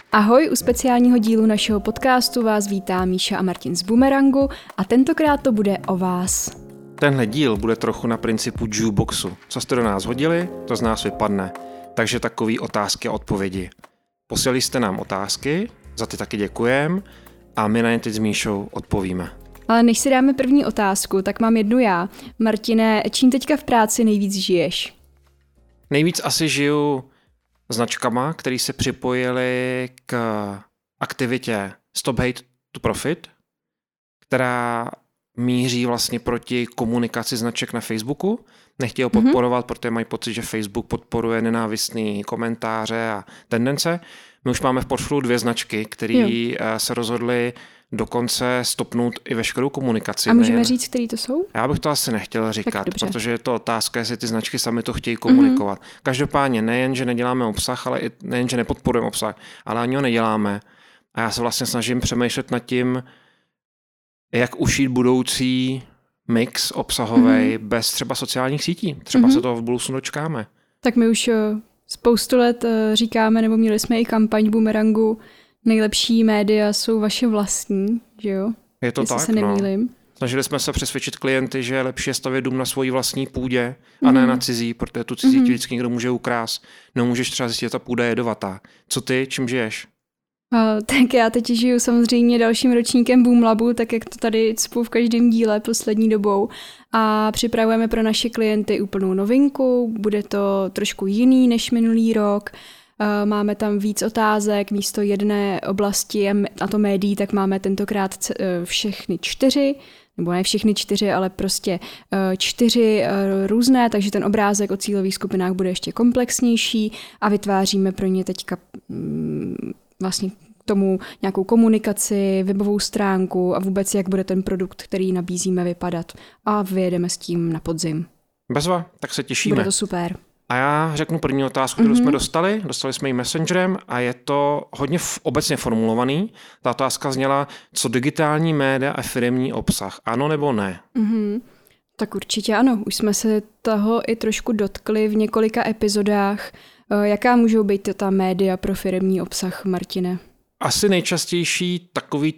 Ahoj, u speciálního dílu našeho podcastu vás vítá Míša a Martin z Boomerangu a tentokrát to bude o vás. Tenhle díl bude trochu na principu jukeboxu. Co jste do nás hodili, to z nás vypadne. Takže takový otázky a odpovědi. Posílali jste nám otázky, za ty taky děkujem a my na ně teď s Míšou odpovíme. Ale než si dáme první otázku, tak mám jednu já. Martine, čím teďka v práci nejvíc žiješ? Nejvíc asi žiju značkama, které se připojily k aktivitě Stop Hate to Profit, která míří vlastně proti komunikaci značek na Facebooku. Nechtějí ho podporovat, protože mají pocit, že Facebook podporuje nenávistné komentáře a tendence. My už máme v portfoliu 2 značky, které se rozhodly dokonce stopnout i veškerou komunikaci. A můžeme říct, který to jsou? Já bych to asi nechtěl říkat, protože je to otázka, jestli ty značky sami to chtějí komunikovat. Každopádně nejen, že neděláme obsah, ale i nejen, že nepodporujeme obsah, ale ani ho neděláme. A já se vlastně snažím přemýšlet nad tím, jak ušít budoucí mix obsahový bez třeba sociálních sítí. Třeba se toho v budoucnu dočkáme. Tak my už spoustu let říkáme, nebo měli jsme i kampaň Boomerangu, nejlepší média jsou vaše vlastní, že jo? Je to jestli tak, se nemýlím. No. Snažili jsme se přesvědčit klienty, že je lepší stavět dům na svojí vlastní půdě a ne na cizí, protože tu cizí ti vždycky někdo může ukrást. Nemůžeš třeba zjistit, že ta půda je jedovatá. Co ty, čím žiješ? Tak já teď žiju samozřejmě dalším ročníkem Boomlabu, tak jak to tady cpu v každém díle poslední dobou. A připravujeme pro naše klienty úplnou novinku, bude to trošku jiný než minulý rok. Máme tam víc otázek, místo jedné oblasti a to médií, tak máme tentokrát všechny 4, nebo ne všechny 4, ale prostě 4 různé, takže ten obrázek o cílových skupinách bude ještě komplexnější a vytváříme pro ně teďka vlastně tomu nějakou komunikaci, webovou stránku a vůbec jak bude ten produkt, který nabízíme, vypadat. A vyjedeme s tím na podzim. Bezva, tak se těšíme. Bude to super. A já řeknu první otázku, kterou jsme dostali. Dostali jsme ji Messengerem a je to hodně obecně formulovaný. Ta otázka zněla, co digitální média a firemní obsah, ano nebo ne? Tak určitě ano. Už jsme se toho i trošku dotkli v několika epizodách. Jaká můžou být ta média pro firemní obsah, Martine? Asi nejčastější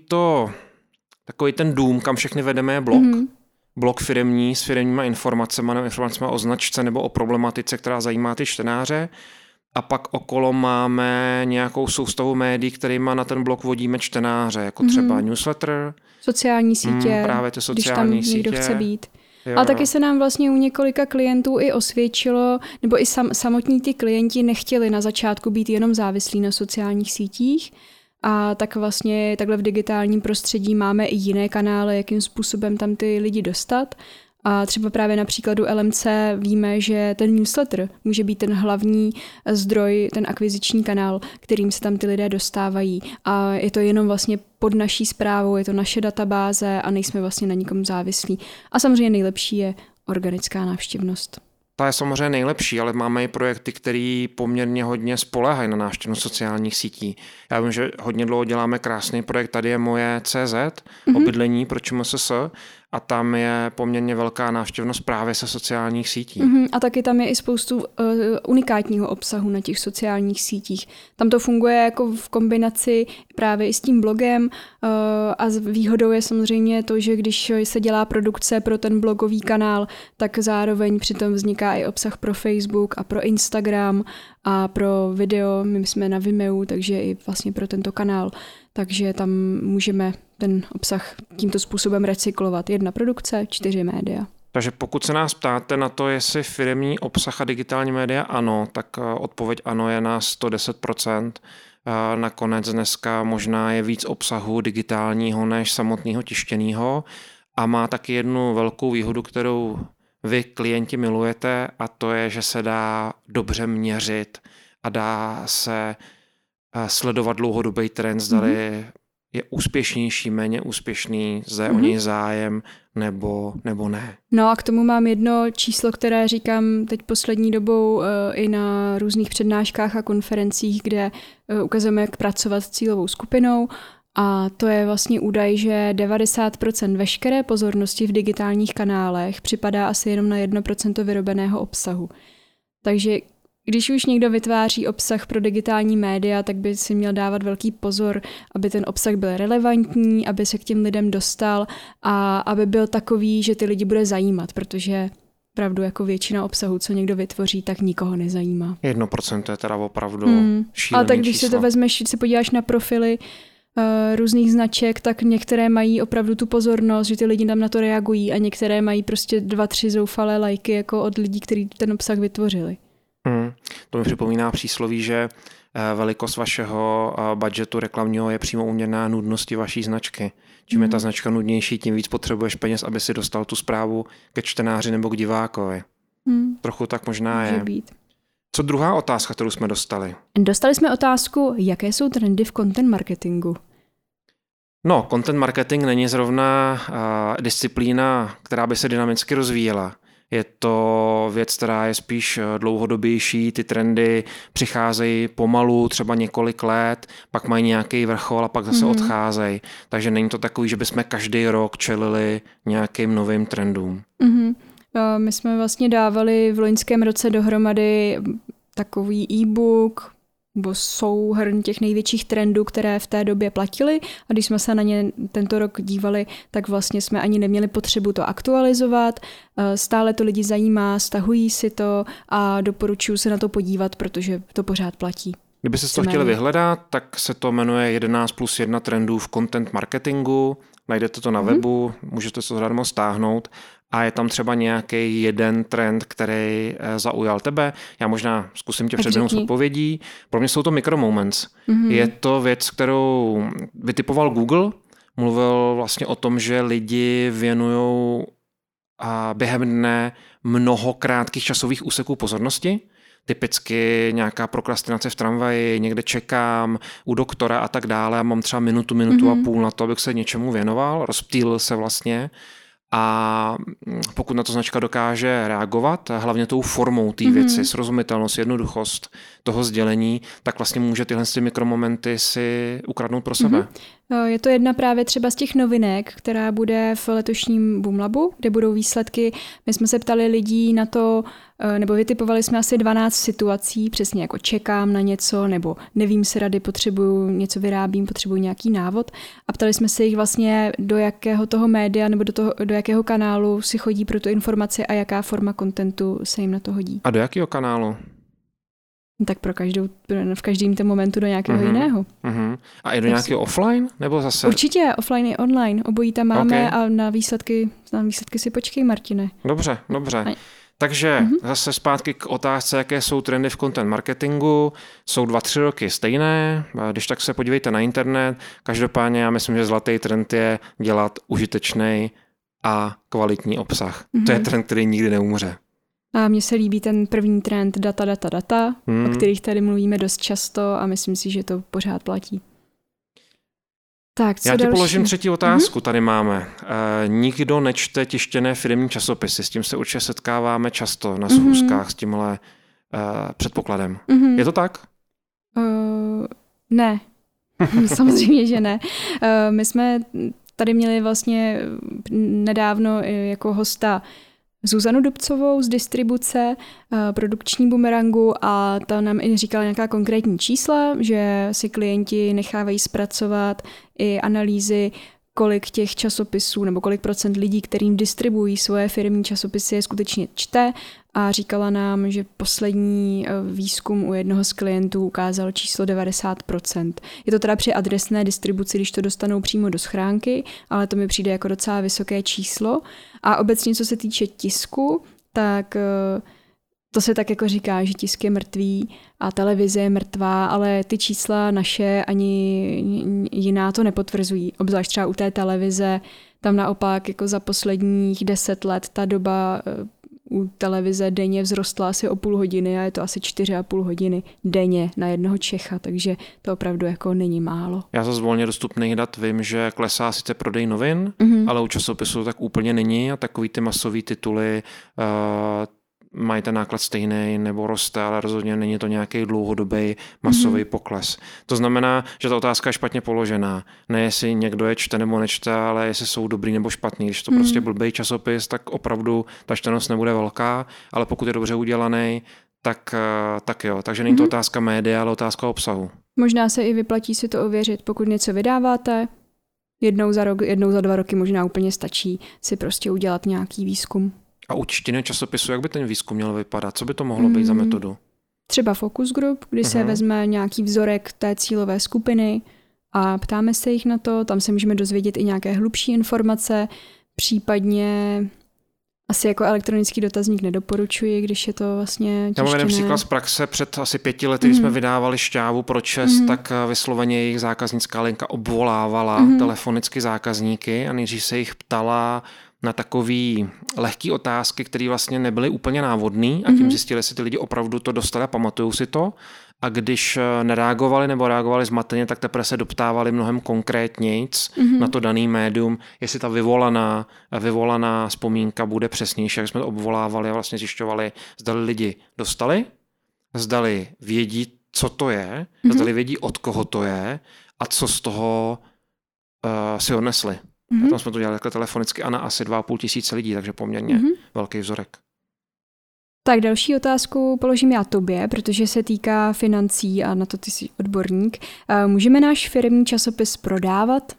takový ten dům, kam všechny vedeme, je blog. Blog firemní s firemníma informacemi o značce nebo o problematice, která zajímá ty čtenáře. A pak okolo máme nějakou soustavu médií, kterýma na ten blog vodíme čtenáře, jako třeba newsletter. Sociální sítě, právě ty sociální když tam někdo chce být. Jo. A taky se nám vlastně u několika klientů i osvědčilo, nebo i samotní ty klienti nechtěli na začátku být jenom závislí na sociálních sítích. A tak vlastně takhle v digitálním prostředí máme i jiné kanály, jakým způsobem tam ty lidi dostat. A třeba právě na příkladu LMC víme, že ten newsletter může být ten hlavní zdroj, ten akviziční kanál, kterým se tam ty lidé dostávají. A je to jenom vlastně pod naší správou, je to naše databáze a nejsme vlastně na nikom závislí. A samozřejmě nejlepší je organická návštěvnost. Ta je samozřejmě nejlepší, ale máme i projekty, které poměrně hodně spoléhají na návštěvnost sociálních sítí. Já vím, že hodně dlouho děláme krásný projekt, tady je moje CZ, o bydlení pro ČMSS, a tam je poměrně velká návštěvnost právě se sociálních sítí. A taky tam je i spoustu unikátního obsahu na těch sociálních sítích. Tam to funguje jako v kombinaci právě i s tím blogem a výhodou je samozřejmě to, že když se dělá produkce pro ten blogový kanál, tak zároveň přitom vzniká i obsah pro Facebook a pro Instagram a pro video. My jsme na Vimeo, takže i vlastně pro tento kanál. Takže tam můžeme ten obsah tímto způsobem recyklovat. 1 produkce, 4 média. Takže pokud se nás ptáte na to, jestli firemní obsah a digitální média ano, tak odpověď ano je na 110%. Nakonec dneska možná je víc obsahu digitálního než samotného tištěného a má taky jednu velkou výhodu, kterou vy klienti milujete, a to je, že se dá dobře měřit a dá se sledovat dlouhodobý trend, zdali je úspěšnější, méně úspěšný, zda je o něj zájem nebo ne. No a k tomu mám jedno číslo, které říkám teď poslední dobou i na různých přednáškách a konferencích, kde ukazujeme, jak pracovat s cílovou skupinou. A to je vlastně údaj, že 90% veškeré pozornosti v digitálních kanálech připadá asi jenom na 1% vyrobeného obsahu. Takže když už někdo vytváří obsah pro digitální média, tak by si měl dávat velký pozor, aby ten obsah byl relevantní, aby se k těm lidem dostal a aby byl takový, že ty lidi bude zajímat, protože opravdu jako většina obsahu, co někdo vytvoří, tak nikoho nezajímá. 1% je teda opravdu šílený Ale tak když číslo. si to vezmeš, si podíváš na profily různých značek, tak některé mají opravdu tu pozornost, že ty lidi tam na to reagují a některé mají prostě 2-3 zoufalé lajky jako od lidí, kteří ten obsah vytvořili. To mi připomíná přísloví, že velikost vašeho budgetu reklamního je přímo úměrná nudnosti vaší značky. Čím je ta značka nudnější, tím víc potřebuješ peněz, aby si dostal tu zprávu ke čtenáři nebo k divákovi. Trochu tak možná je. Být. Co druhá otázka, kterou jsme dostali? Dostali jsme otázku, jaké jsou trendy v content marketingu. No, content marketing není zrovna disciplína, která by se dynamicky rozvíjela. Je to věc, která je spíš dlouhodobější, ty trendy přicházejí pomalu, třeba několik let, pak mají nějaký vrchol a pak zase odcházejí. Takže není to takový, že bychom každý rok čelili nějakým novým trendům. My jsme vlastně dávali v loňském roce dohromady takový e-book, nebo souhrn těch největších trendů, které v té době platily. A když jsme se na ně tento rok dívali, tak vlastně jsme ani neměli potřebu to aktualizovat. Stále to lidi zajímá, stahují si to a doporučuji se na to podívat, protože to pořád platí. Kdyby se to chtěli vyhledat, tak se to jmenuje 11+1 trendů v content marketingu. Najdete to na webu, můžete to zadarmo stáhnout a je tam třeba nějaký jeden trend, který zaujal tebe. Já možná zkusím tě předběhnout s odpovědí. Pro mě jsou to micromoments. Je to věc, kterou vytipoval Google. Mluvil vlastně o tom, že lidi věnujou během dne mnoho krátkých časových úseků pozornosti. Typicky nějaká prokrastinace v tramvaji, někde čekám u doktora a tak dále a mám třeba minutu a půl na to, abych se něčemu věnoval, rozptýlil se vlastně a pokud na to značka dokáže reagovat, hlavně tou formou té věci, srozumitelnost, jednoduchost toho sdělení, tak vlastně může tyhle mikromomenty si ukradnout pro sebe. Je to jedna právě třeba z těch novinek, která bude v letošním Boomlabu, kde budou výsledky. My jsme se ptali lidí na to, nebo vytipovali jsme asi 12 situací, přesně jako čekám na něco, nebo nevím si rady, potřebuju něco vyrábím, potřebuju nějaký návod. A ptali jsme se jich vlastně, do jakého toho média nebo do jakého kanálu si chodí pro tu informaci a jaká forma kontentu se jim na to hodí. A do jakého kanálu? Tak v každém tom momentu do nějakého jiného. A i do nějakého offline? Nebo zase? Určitě, offline i online. Obojí tam máme a na výsledky si počkej, Martine. Dobře. Takže zase zpátky k otázce, jaké jsou trendy v content marketingu. Jsou 2-3 roky stejné, když tak se podívejte na internet. Každopádně já myslím, že zlatý trend je dělat užitečný a kvalitní obsah. To je trend, který nikdy neumře. A mně se líbí ten první trend data, o kterých tady mluvíme dost často a myslím si, že to pořád platí. Tak, co já ti další? položím třetí otázku, tady máme. Nikdo nečte tištěné firemní časopisy, s tím se určitě setkáváme často na schůzkách s tímhle předpokladem. Je to tak? Ne, samozřejmě, že ne. My jsme tady měli vlastně nedávno jako hosta Zuzanu Dubcovou z distribuce produkční Boomerangu a ta nám i říkala nějaká konkrétní čísla, že si klienti nechávají zpracovat i analýzy, kolik těch časopisů nebo kolik procent lidí, kterým distribuují svoje firmní časopisy, je skutečně čte a říkala nám, že poslední výzkum u jednoho z klientů ukázal číslo 90%. Je to teda při adresné distribuci, když to dostanou přímo do schránky, ale to mi přijde jako docela vysoké číslo. A obecně, co se týče tisku, tak to se tak jako říká, že tisk je mrtvý a televize je mrtvá, ale ty čísla naše ani jiná to nepotvrzují. Obzvlášť třeba u té televize, tam naopak jako za posledních 10 let ta doba u televize denně vzrostla asi o půl hodiny a je to asi 4,5 hodiny denně na jednoho Čecha, takže to opravdu jako není málo. Já za volně dostupných dat vím, že klesá sice prodej novin, ale u časopisu tak úplně není a takový ty masový tituly mají ten náklad stejný nebo roste, ale rozhodně není to nějaký dlouhodobý masový pokles. To znamená, že ta otázka je špatně položená. Ne jestli někdo je čte nebo nečte, ale jestli jsou dobrý nebo špatný. Když to prostě blbej časopis, tak opravdu ta čtenost nebude velká, ale pokud je dobře udělaný, tak jo. Takže není to otázka média, ale otázka obsahu. Možná se i vyplatí si to ověřit, pokud něco vydáváte. Jednou za rok, jednou za 2 roky možná úplně stačí si prostě udělat nějaký výzkum. A u čtiny časopisu, jak by ten výzkum měl vypadat? Co by to mohlo být za metodu? Třeba focus group, kdy se vezme nějaký vzorek té cílové skupiny a ptáme se jich na to, tam se můžeme dozvědět i nějaké hlubší informace, případně asi jako elektronický dotazník nedoporučuji, když je to vlastně tištěné. Já mám jeden příklad z praxe. Před asi 5 lety, když jsme vydávali Šťávu pro ČES, tak vysloveně jejich zákaznická linka obvolávala telefonicky zákazníky a nejdřív se jich ptala na takový lehký otázky, které vlastně nebyly úplně návodný a tím zjistili, jestli ty lidi opravdu to dostali a pamatujou si to. A když nereagovali nebo reagovali zmateně, tak teprve se doptávali mnohem konkrétnějc na to daný médium, jestli ta vyvolaná vzpomínka bude přesnější, jak jsme to obvolávali a vlastně zjišťovali, zdali lidi dostali, zdali vědí, co to je, zdali vědí, od koho to je a co z toho si odnesli. A tam jsme to dělali takhle telefonicky a na asi 2,5 tisíce lidí, takže poměrně velký vzorek. Tak další otázku položím já tobě, protože se týká financí a na to ty jsi odborník. Můžeme náš firemní časopis prodávat?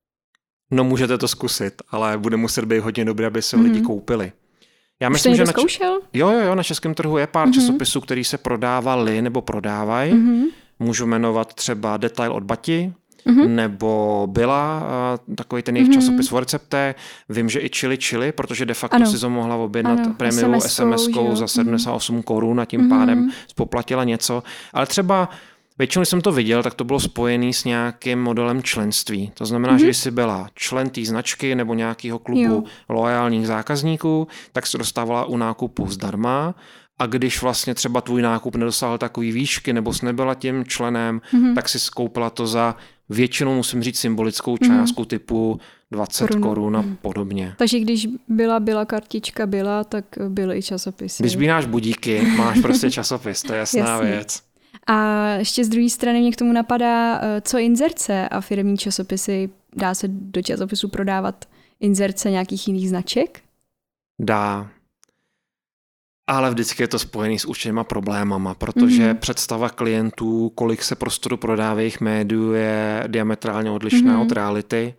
No můžete to zkusit, ale bude muset být hodně dobré, aby se lidi koupili. Já myslím, že zkoušel? Jo, na českém trhu je pár časopisů, který se prodávaly nebo prodávají. Můžu jmenovat třeba Detail od Bati, nebo Byla, takový ten jejich časopis o receptech. Vím, že i Chili, protože de facto si to mohla objednat prémiovou SMS-kou za 78 korun a tím pádem spoplatila něco. Ale třeba většinou, když jsem to viděl, tak to bylo spojené s nějakým modelem členství. To znamená, že když jsi byla člen té značky nebo nějakého klubu loajálních zákazníků, tak se dostávala u nákupu zdarma. A když vlastně třeba tvůj nákup nedosáhl takový výšky nebo jsi nebyla tím členem, tak si skoupila to za většinou, musím říct, symbolickou částku typu 20 korun a podobně. Takže když byla kartička byla, tak byly i časopisy. Když sbíráš budíky, máš prostě časopis, to je jasná věc. A ještě z druhé strany mě k tomu napadá, co inzerce a firemní časopisy. Dá se do časopisu prodávat inzerce nějakých jiných značek? Dá. Ale vždycky je to spojený s určitýma problémama, protože představa klientů, kolik se prostoru prodává jejich médiu, je diametrálně odlišná od reality.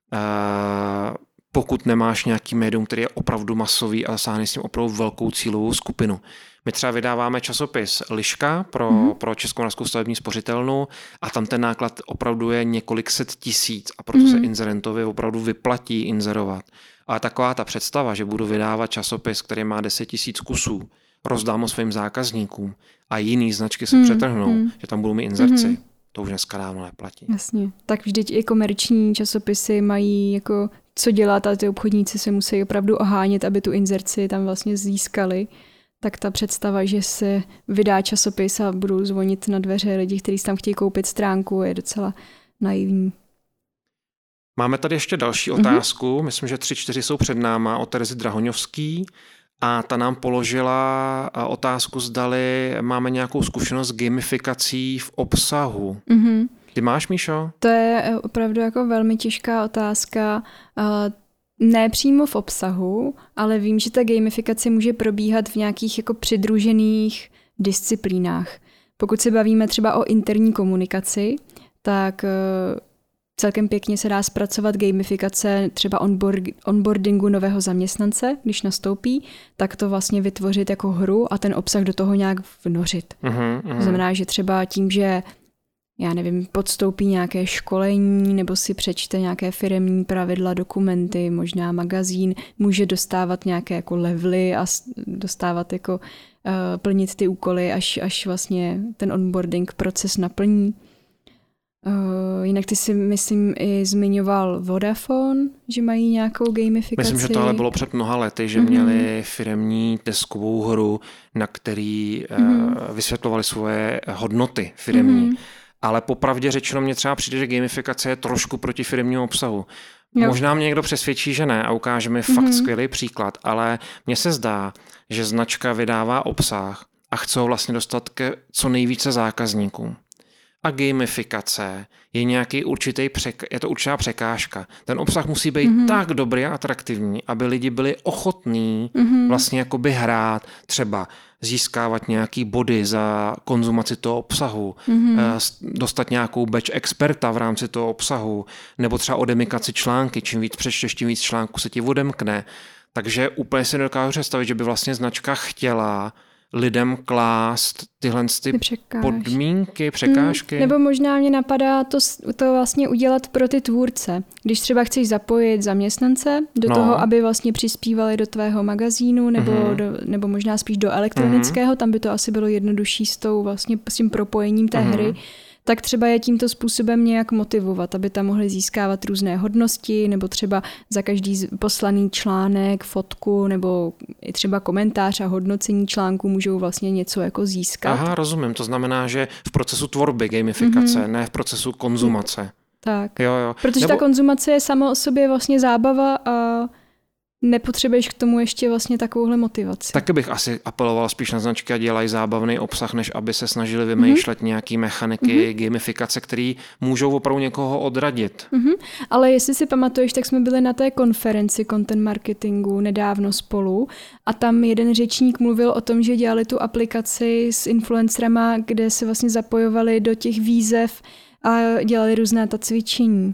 Pokud nemáš nějaký médium, který je opravdu masový a sáhne s tím opravdu velkou cílovou skupinu. My třeba vydáváme časopis Liška pro Českomoravskou stavební spořitelnu a tam ten náklad opravdu je několik set tisíc a proto se inzerentovi opravdu vyplatí inzerovat. A taková ta představa, že budu vydávat časopis, který má 10 000 kusů, rozdám ho svým zákazníkům a jiný značky se přetrhnou, že tam budou mít inzerci, to už dneska dávno neplatí. Jasně. Tak vždyť i komerční časopisy mají jako co dělat a ty obchodníci se musí opravdu ohánět, aby tu inzerci tam vlastně získali. Tak ta představa, že se vydá časopis a budou zvonit na dveře lidi, kteří si tam chtějí koupit stránku, je docela naivní. Máme tady ještě další otázku, myslím, že 3-4 jsou před náma, od Terezy Drahoňovský a ta nám položila otázku, zdali máme nějakou zkušenost s gamifikací v obsahu. Ty máš, Míšo? To je opravdu jako velmi těžká otázka. Ne přímo v obsahu, ale vím, že ta gamifikace může probíhat v nějakých jako přidružených disciplínách. Pokud se bavíme třeba o interní komunikaci, tak celkem pěkně se dá zpracovat gamifikace třeba onboardingu nového zaměstnance, když nastoupí, tak to vlastně vytvořit jako hru a ten obsah do toho nějak vnořit. To znamená, že třeba tím, že já nevím, podstoupí nějaké školení nebo si přečte nějaké firemní pravidla, dokumenty, možná magazín, může dostávat nějaké jako levely a dostávat jako plnit ty úkoly, až vlastně ten onboarding proces naplní. Jinak ty si, myslím, i zmiňoval Vodafone, že mají nějakou gamifikaci. Myslím, že to ale bylo před mnoha lety, že měli firemní deskovou hru, na který vysvětlovali svoje hodnoty firemní. Ale popravdě řečeno mně třeba přijde, že gamifikace je trošku proti firemnímu obsahu. Jo. Možná mě někdo přesvědčí, že ne a ukáže mi fakt skvělý příklad, ale mně se zdá, že značka vydává obsah a chce ho vlastně dostat ke co nejvíce zákazníkům. a gamifikace je nějaký je to určitá překážka. Ten obsah musí být tak dobrý a atraktivní, aby lidi byli ochotní vlastně jakoby hrát, třeba získávat nějaký body za konzumaci toho obsahu, dostat nějakou badge experta v rámci toho obsahu, nebo třeba odemykat si články. Čím víc přečteš, tím víc článků se ti odemkne. Takže úplně si nedokážu představit, že by vlastně značka chtěla lidem klást tyhle podmínky, překážky. Nebo možná mě napadá to vlastně udělat pro ty tvůrce. Když třeba chceš zapojit zaměstnance do toho, aby vlastně přispívali do tvého magazínu, nebo možná spíš do elektronického, tam by to asi bylo jednodušší s tím propojením té hry, tak třeba je tímto způsobem nějak motivovat, aby tam mohli získávat různé hodnosti, nebo třeba za každý poslaný článek, fotku, nebo i třeba komentář a hodnocení článku můžou vlastně něco jako získat. Aha, rozumím. To znamená, že v procesu tvorby gamifikace, ne v procesu konzumace. Tak. Jo. Protože ta konzumace je sama o sobě vlastně zábava a nepotřebuješ k tomu ještě vlastně takovouhle motivaci. Taky bych asi apeloval spíš na značky a dělají zábavný obsah, než aby se snažili vymýšlet nějaký mechaniky, gamifikace, které můžou opravdu někoho odradit. Ale jestli si pamatuješ, tak jsme byli na té konferenci content marketingu nedávno spolu a tam jeden řečník mluvil o tom, že dělali tu aplikaci s influencerama, kde se vlastně zapojovali do těch výzev a dělali různá ta cvičení.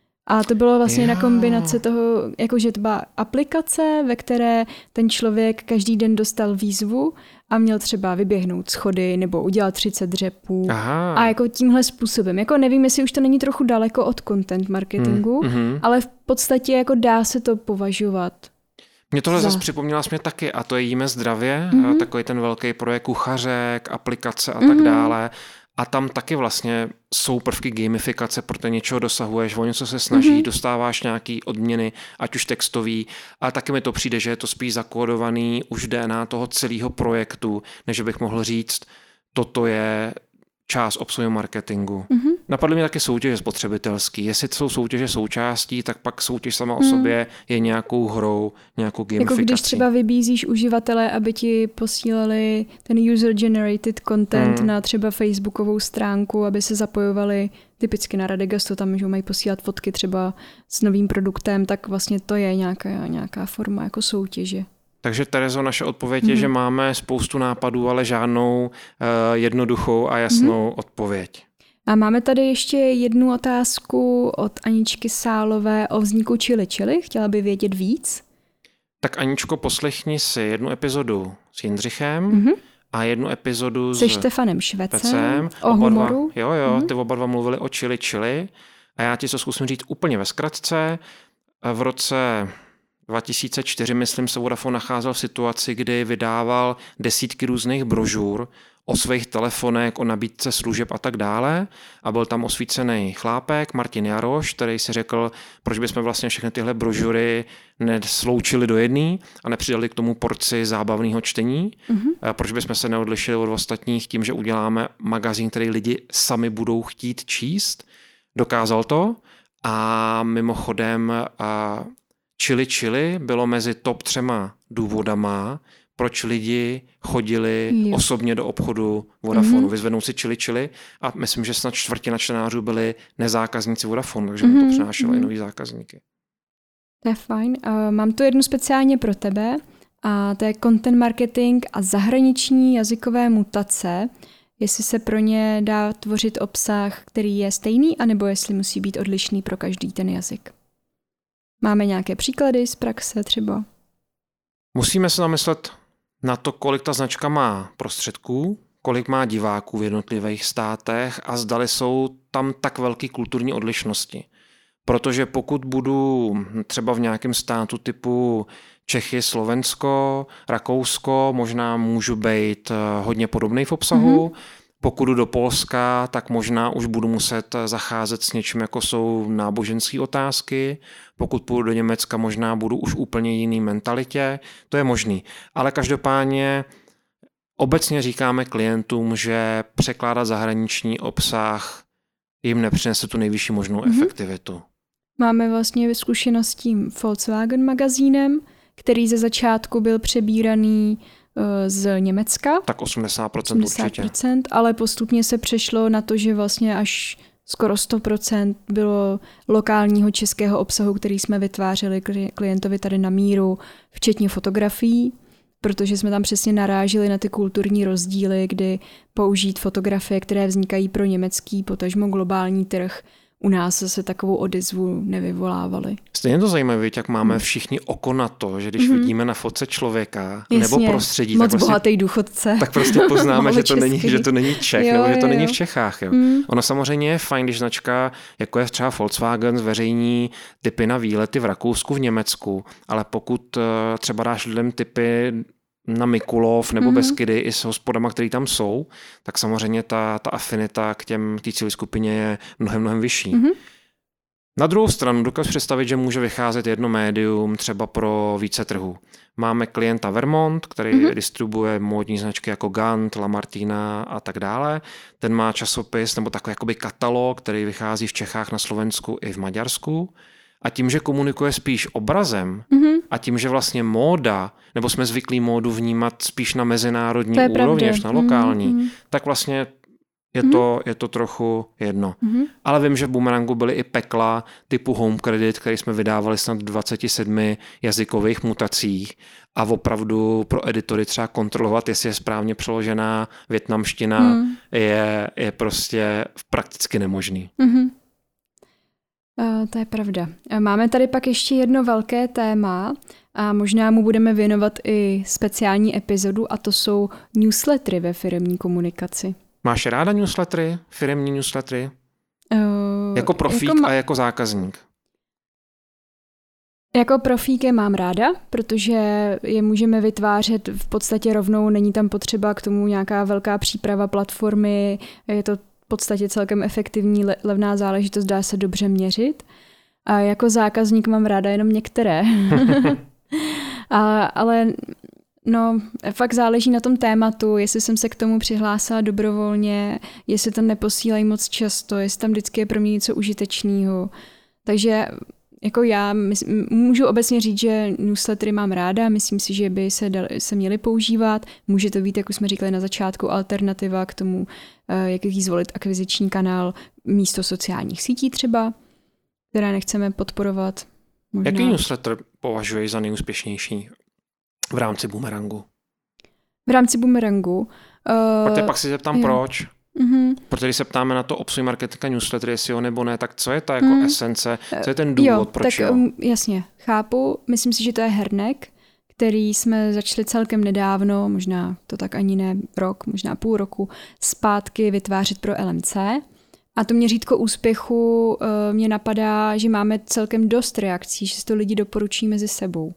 A to bylo vlastně na kombinaci toho, jakože to byla aplikace, ve které ten člověk každý den dostal výzvu a měl třeba vyběhnout schody nebo udělat 30 dřepů. Aha. A jako tímhle způsobem. Jako nevím, jestli už to není trochu daleko od content marketingu, ale v podstatě jako dá se to považovat. Mě tohle zase připomněla jsi mě taky a to je Jíme zdravě, takový ten velký projekt kuchařek, aplikace a tak dále. A tam taky vlastně jsou prvky gamifikace, protože něčeho dosahuješ, o něco se snaží, dostáváš nějaký odměny, ať už textový, ale taky mi to přijde, že je to spíš zakódovaný už DNA toho celého projektu, než bych mohl říct, toto je část obsahu marketingu. Napadly mě taky soutěže spotřebitelský. Jestli jsou soutěže součástí, tak pak soutěž sama o sobě je nějakou hrou, nějakou gamifikací. Jako když třeba vybízíš uživatele, aby ti posílali ten user-generated content na třeba facebookovou stránku, aby se zapojovali typicky na Radegastu, tam že mají posílat fotky třeba s novým produktem, tak vlastně to je nějaká forma jako soutěže. Takže Terezo, naše odpověď je, že máme spoustu nápadů, ale žádnou jednoduchou a jasnou odpověď. A máme tady ještě jednu otázku od Aničky Sálové o vzniku Chili Chili. Chtěla by vědět víc? Tak Aničko, poslechni si jednu epizodu s Jindřichem a jednu epizodu se Štefanem Švecem o humoru. Ty oba dva mluvili o Chili Chili a já ti to zkusím říct úplně ve zkratce. V roce 2004, myslím, se Vodafone nacházel v situaci, kdy vydával desítky různých brožur o svých telefonech, o nabídce služeb a tak dále. A byl tam osvícený chlápek, Martin Jaroš, který si řekl, proč bychom vlastně všechny tyhle brožury nesloučili do jedné a nepřidali k tomu porci zábavného čtení. Proč bychom se neodlišili od ostatních tím, že uděláme magazín, který lidi sami budou chtít číst. Dokázal to a mimochodem Chili Chili bylo mezi top 3 důvodama, proč lidi chodili osobně do obchodu Vodafonu. Vyzvednou si Chili Chili a myslím, že snad 1/4 čtenářů byli nezákazníci Vodafonu, takže mi to přinášelo i nový zákazníky. To je fajn. Mám tu jednu speciálně pro tebe a to je content marketing a zahraniční jazykové mutace. Jestli se pro ně dá tvořit obsah, který je stejný, anebo jestli musí být odlišný pro každý ten jazyk. Máme nějaké příklady z praxe třeba? Musíme se zamyslet na to, kolik ta značka má prostředků, kolik má diváků v jednotlivých státech a zdali jsou tam tak velké kulturní odlišnosti. Protože pokud budu třeba v nějakém státu typu Čechy, Slovensko, Rakousko, možná můžu být hodně podobný v obsahu. Pokud jdu do Polska, tak možná už budu muset zacházet s něčím, jako jsou náboženské otázky. Pokud půjdu do Německa, možná budu už úplně jiný mentalitě. To je možný. Ale každopádně obecně říkáme klientům, že překládat zahraniční obsah jim nepřinese tu nejvyšší možnou efektivitu. Máme vlastně zkušenost s tím Volkswagen magazínem, který ze začátku byl přebíraný z Německa. Tak 80% určitě. Ale postupně se přešlo na to, že vlastně až skoro 100% bylo lokálního českého obsahu, který jsme vytvářeli klientovi tady na míru, včetně fotografií, protože jsme tam přesně naráželi na ty kulturní rozdíly, kdy použít fotografie, které vznikají pro německý, potažmo globální trh, u nás zase takovou odezvu nevyvolávaly. Stejně to zajímavé, jak máme všichni oko na to, že když vidíme na fotce člověka nebo prostředí, moc tak prostě, bohatý důchodce. Tak prostě poznáme, že to není Čech, jo, nebo že to jo. není v Čechách. Jo. Ono samozřejmě je fajn, když značka, jako je třeba Volkswagen, zveřejní tipy na výlety v Rakousku, v Německu, ale pokud třeba dáš lidem tipy na Mikulov nebo Beskydy i s hospodama, který tam jsou, tak samozřejmě ta afinita k té cílové skupině je mnohem vyšší. Na druhou stranu dokážu představit, že může vycházet jedno médium třeba pro více trhů. Máme klienta Vermont, který distribuje módní značky jako Gant, Lamartina a tak dále. Ten má časopis nebo takový jakoby katalog, který vychází v Čechách, na Slovensku i v Maďarsku. A tím, že komunikuje spíš obrazem a tím, že vlastně móda, nebo jsme zvyklí módu vnímat spíš na mezinárodní úrovni, než na lokální, tak vlastně je to trochu jedno. Ale vím, že v Boomerangu byly i pekla typu Home Credit, který jsme vydávali snad v 27 jazykových mutacích a opravdu pro editory třeba kontrolovat, jestli je správně přeložená vietnamština, je prostě prakticky nemožný. To je pravda. Máme tady pak ještě jedno velké téma a možná mu budeme věnovat i speciální epizodu a to jsou newslettery ve firemní komunikaci. Máš ráda newslettery, firemní newslettery? Jako profík a jako zákazník? Jako profík je mám ráda, protože je můžeme vytvářet v podstatě rovnou, není tam potřeba k tomu nějaká velká příprava platformy, je to v podstatě celkem efektivní, levná záležitost, dá se dobře měřit. A jako zákazník mám ráda jenom některé. Ale fakt záleží na tom tématu, jestli jsem se k tomu přihlásila dobrovolně, jestli tam neposílají moc často, jestli tam vždycky je pro mě něco užitečného. Takže jako já můžu obecně říct, že newslettery mám ráda, myslím si, že by se měly používat. Může to být, jak už jsme říkali na začátku, alternativa k tomu, jaký zvolit akviziční kanál místo sociálních sítí třeba, které nechceme podporovat. Možná. Jaký newsletter považuješ za nejúspěšnější v rámci Boomerangu? V rámci Boomerangu? Protože pak si zeptám proč. Protože když se ptáme na to obsluhy marketinga newsletter, jestli jo nebo ne, tak co je ta jako esence, co je ten důvod, proč tak, jasně, chápu. Myslím si, že to je hrnek, který jsme začali celkem nedávno, možná to tak ani ne rok, možná půl roku, zpátky vytvářet pro LMC. A to měřítko úspěchu mě napadá, že máme celkem dost reakcí, že si to lidi doporučí mezi sebou.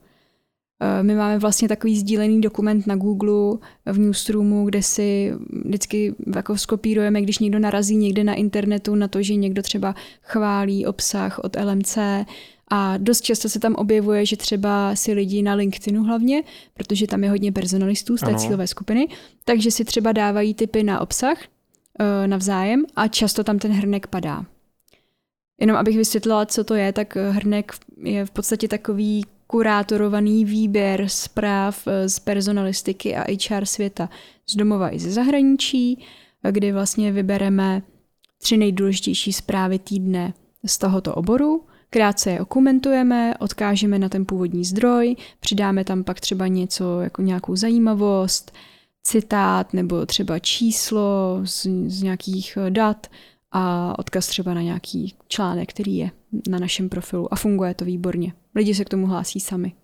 My máme vlastně takový sdílený dokument na Google v Newsroomu, kde si vždycky jako skopírujeme, když někdo narazí někde na internetu na to, že někdo třeba chválí obsah od LMC a dost často se tam objevuje, že třeba si lidi na LinkedInu hlavně, protože tam je hodně personalistů z té cílové skupiny, takže si třeba dávají tipy na obsah navzájem a často tam ten hrnek padá. Jenom abych vysvětlila, co to je, tak hrnek je v podstatě takový kurátorovaný výběr zpráv z personalistiky a HR světa z domova i ze zahraničí, kdy vlastně vybereme 3 nejdůležitější zprávy týdne z tohoto oboru, krátce je okomentujeme, odkážeme na ten původní zdroj, přidáme tam pak třeba něco jako nějakou zajímavost, citát nebo třeba číslo z nějakých dat a odkaz třeba na nějaký článek, který je na našem profilu a funguje to výborně. Lidi se k tomu hlásí sami.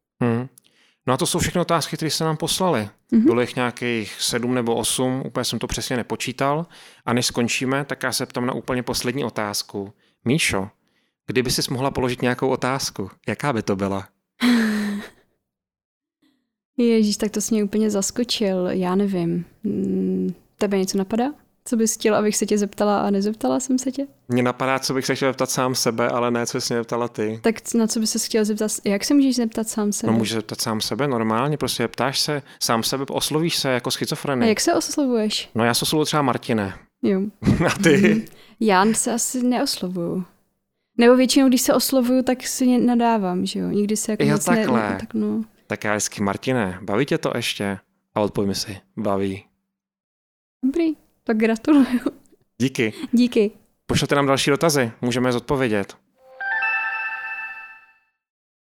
No a to jsou všechny otázky, které se nám poslali. Bylo jich nějakých 7 nebo 8, úplně jsem to přesně nepočítal. A než skončíme, tak já se ptám na úplně poslední otázku. Míšo, kdyby jsi mohla položit nějakou otázku, jaká by to byla? Ježíš, tak to jsi mě úplně zaskočil. Já nevím. Tebe něco napadá? Co bys chtěl, abych se tě zeptala a nezeptala jsem se tě? Mně napadá, co bych se chtěl zeptat sám sebe, ale ne, co jsi mě zeptala ty. Tak na co bys se chtěl zeptat? Jak se můžeš zeptat sám sebe? No můžeš zeptat sám sebe normálně, prostě ptáš se, sám sebe, oslovíš se jako schizofrenik. A jak se oslovuješ? No já se oslovuju třeba Martine. Jo. A ty? Já se asi neoslovuju. Nebo většinou, když se oslovuju, tak si nadávám, že jo? Nikdy se jako jo, moc takhle. tak no. Tak já vždycky, Martine, baví tě to ještě? a odpovíme si, baví. Dobrý, tak gratuluju. Díky. Díky. Pošlete nám další dotazy, můžeme je zodpovědět.